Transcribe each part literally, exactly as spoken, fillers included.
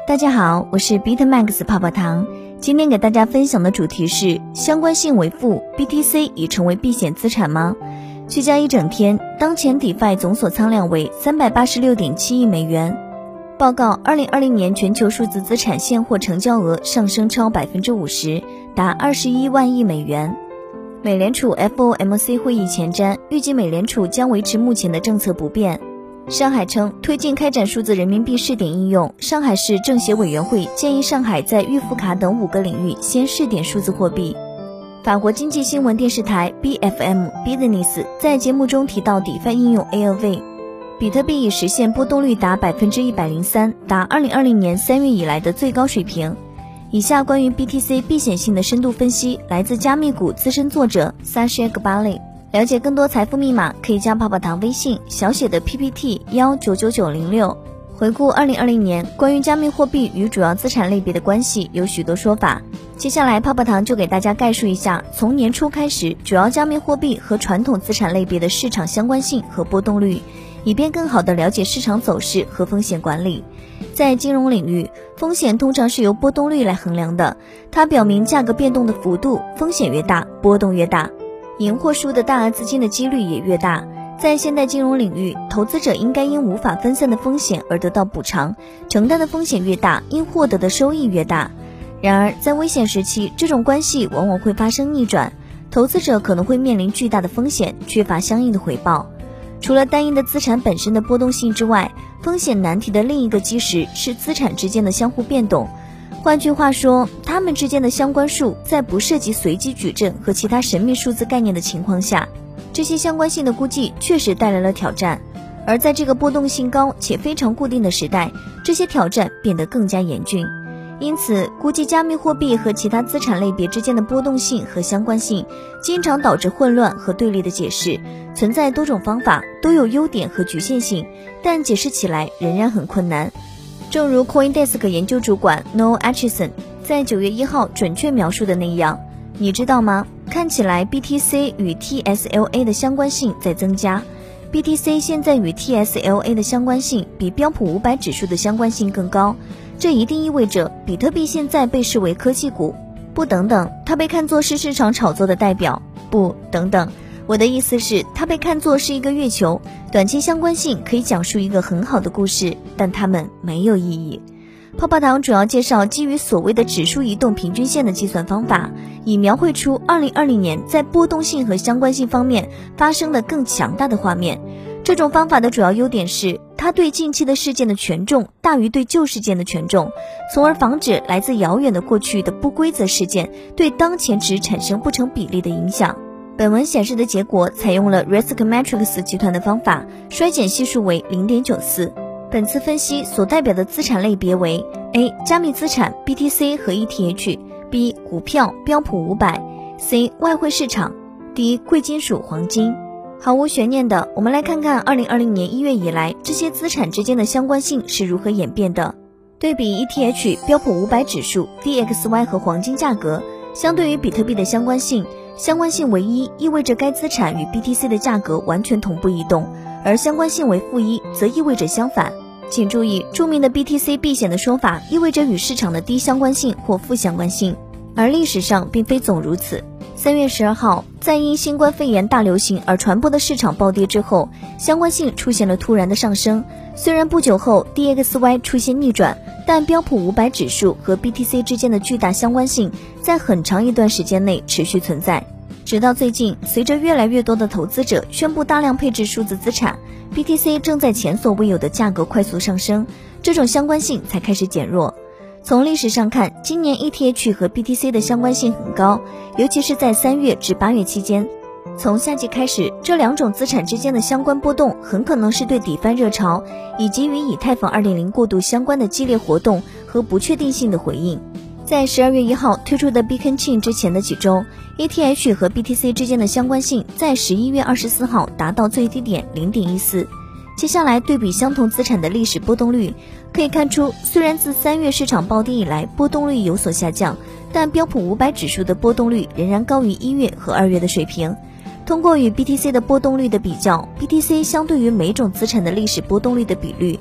大家好，我是 Bitmax 泡泡糖，今天给大家分享的主题是相关性为负 B T C 已成为避险资产吗？聚焦一整天，当前 DeFi 总锁仓量为 三百八十六点七亿美元。报告二零二零年全球数字资产现货成交额上升超 百分之五十， 达二十一万亿美元。美联储 F O M C 会议前瞻，预计美联储将维持目前的政策不变。上海称推进开展数字人民币试点应用，上海市政协委员会建议上海在预付卡等五个领域先试点数字货币。法国经济新闻电视台 B F M Business 在节目中提到 DeFi 应用 A L V， 比特币已实现波动率达 百分之一百零三， 达二零二零年三月以来的最高水平。以下关于 B T C 避险性的深度分析来自加密股资深作者 Sasha Gbali。了解更多财富密码，可以加泡泡糖微信小写的 P P T 一九九九零六。回顾二零二零年，关于加密货币与主要资产类别的关系有许多说法。接下来泡泡糖就给大家概述一下，从年初开始，主要加密货币和传统资产类别的市场相关性和波动率，以便更好地了解市场走势和风险管理。在金融领域，风险通常是由波动率来衡量的，它表明价格变动的幅度，风险越大，波动越大。赢或输的大额资金的几率也越大。在现代金融领域，投资者应该因无法分散的风险而得到补偿，承担的风险越大，应获得的收益越大。然而，在危险时期，这种关系往往会发生逆转，投资者可能会面临巨大的风险，缺乏相应的回报。除了单一的资产本身的波动性之外，风险难题的另一个基石是资产之间的相互变动。换句话说，它们之间的相关数在不涉及随机矩阵和其他神秘数字概念的情况下，这些相关性的估计确实带来了挑战。而在这个波动性高且非常固定的时代，这些挑战变得更加严峻。因此，估计加密货币和其他资产类别之间的波动性和相关性，经常导致混乱和对立的解释。存在多种方法，都有优点和局限性，但解释起来仍然很困难。正如 CoinDesk 研究主管 Noel Atchison 在九月一号准确描述的那样，你知道吗？看起来 B T C 与 T S L A 的相关性在增加。B T C 现在与 T S L A 的相关性比标普五百指数的相关性更高，这一定意味着比特币现在被视为科技股。不，等等，它被看作是市场炒作的代表。不，等等，我的意思是它被看作是一个月球，短期相关性可以讲述一个很好的故事，但它们没有意义。泡泡糖主要介绍基于所谓的指数移动平均线的计算方法，以描绘出二零二零年在波动性和相关性方面发生的更强大的画面。这种方法的主要优点是，它对近期的事件的权重大于对旧事件的权重，从而防止来自遥远的过去的不规则事件对当前值产生不成比例的影响。本文显示的结果采用了 Riskmetrics 集团的方法，衰减系数为 零点九四。本次分析所代表的资产类别为 A. 加密资产 B T C 和 E T H， B. 股票标普五百， C. 外汇市场， D. 贵金属黄金。毫无悬念的，我们来看看二零二零年一月以来这些资产之间的相关性是如何演变的。对比 E T H 标普五百指数 D X Y 和黄金价格，相对于比特币的相关性，相关性为一意味着该资产与 B T C 的价格完全同步移动，而相关性为负一则意味着相反。请注意，著名的 B T C 避险的说法意味着与市场的低相关性或负相关性，而历史上并非总如此。三月十二号，在因新冠肺炎大流行而传播的市场暴跌之后，相关性出现了突然的上升。虽然不久后 D X Y 出现逆转，但标普五百指数和 B T C 之间的巨大相关性在很长一段时间内持续存在。直到最近，随着越来越多的投资者宣布大量配置数字资产， B T C 正在前所未有的价格快速上升，这种相关性才开始减弱。从历史上看，今年 E T H 和 B T C 的相关性很高，尤其是在三月至八月期间。从夏季开始，这两种资产之间的相关波动很可能是对DeFi热潮以及与以太坊 二点零 过渡相关的激烈活动和不确定性的回应。在十二月一号推出的 Beacon Chain 之前的几周， E T H 和 B T C 之间的相关性在十一月二十四号达到最低点 零点一四。接下来对比相同资产的历史波动率，可以看出，虽然自三月市场暴跌以来波动率有所下降，但标普五百指数的波动率仍然高于一月和二月的水平。通过与 B T C 的波动率的比较， B T C 相对于每种资产的历史波动率的比率，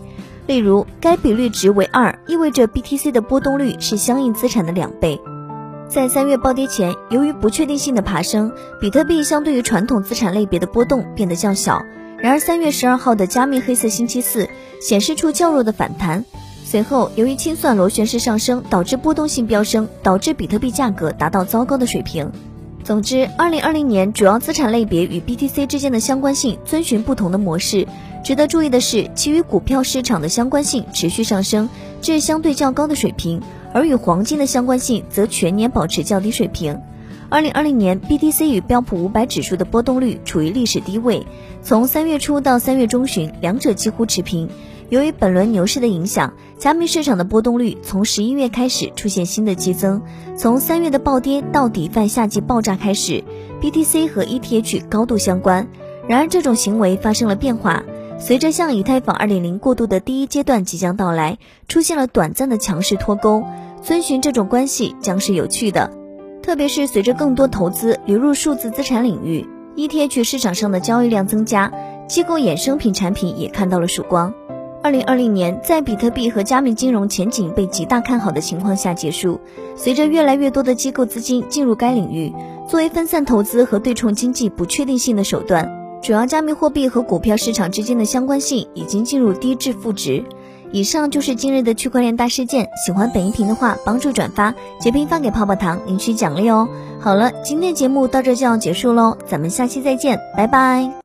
例如，该比率值为二，意味着 B T C 的波动率是相应资产的两倍。在三月暴跌前，由于不确定性的爬升，比特币相对于传统资产类别的波动变得较小。然而三月十二号的加密黑色星期四显示出较弱的反弹，随后由于清算螺旋式上升导致波动性飙升，导致比特币价格达到糟糕的水平。总之，二零二零年主要资产类别与 B T C 之间的相关性遵循不同的模式。值得注意的是，其与股票市场的相关性持续上升至相对较高的水平，而与黄金的相关性则全年保持较低水平。二零二零年 B T C 与标普五百指数的波动率处于历史低位，从三月初到三月中旬，两者几乎持平。由于本轮牛市的影响，加密市场的波动率从十一月开始出现新的激增。从三月的暴跌到DeFi夏季爆炸开始， B T C 和 E T H 高度相关。然而这种行为发生了变化，随着向以太坊 二点零 过渡的第一阶段即将到来，出现了短暂的强势脱钩。遵循这种关系将是有趣的，特别是随着更多投资流入数字资产领域， E T H 市场上的交易量增加，机构衍生品产品也看到了曙光。二零二零年在比特币和加密金融前景被极大看好的情况下结束，随着越来越多的机构资金进入该领域，作为分散投资和对冲经济不确定性的手段，主要加密货币和股票市场之间的相关性已经进入低至负值。以上就是今日的区块链大事件，喜欢本音频的话帮助转发截屏发给泡泡糖领取奖励哦。好了，今天节目到这就要结束喽，咱们下期再见，拜拜。